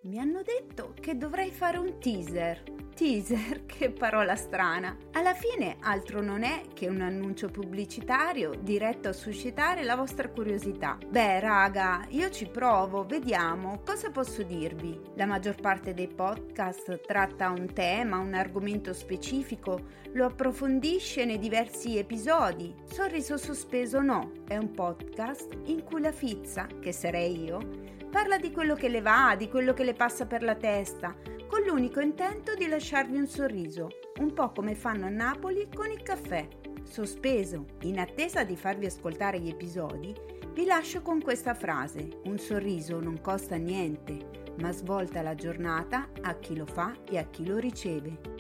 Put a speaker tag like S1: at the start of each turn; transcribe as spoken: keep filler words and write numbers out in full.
S1: Mi hanno detto che dovrei fare un teaser. Teaser, che parola strana. Alla fine altro non è che un annuncio pubblicitario diretto a suscitare la vostra curiosità. Beh, raga, io ci provo, vediamo, cosa posso dirvi? La maggior parte dei podcast tratta un tema, un argomento specifico, lo approfondisce nei diversi episodi. Sorriso sospeso no, è un podcast in cui la Fizza, che sarei io, parla di quello che le va, di quello che le passa per la testa, con l'unico intento di lasciarvi un sorriso, un po' come fanno a Napoli con il caffè. Sospeso, in attesa di farvi ascoltare gli episodi, vi lascio con questa frase: un sorriso non costa niente, ma svolta la giornata a chi lo fa e a chi lo riceve.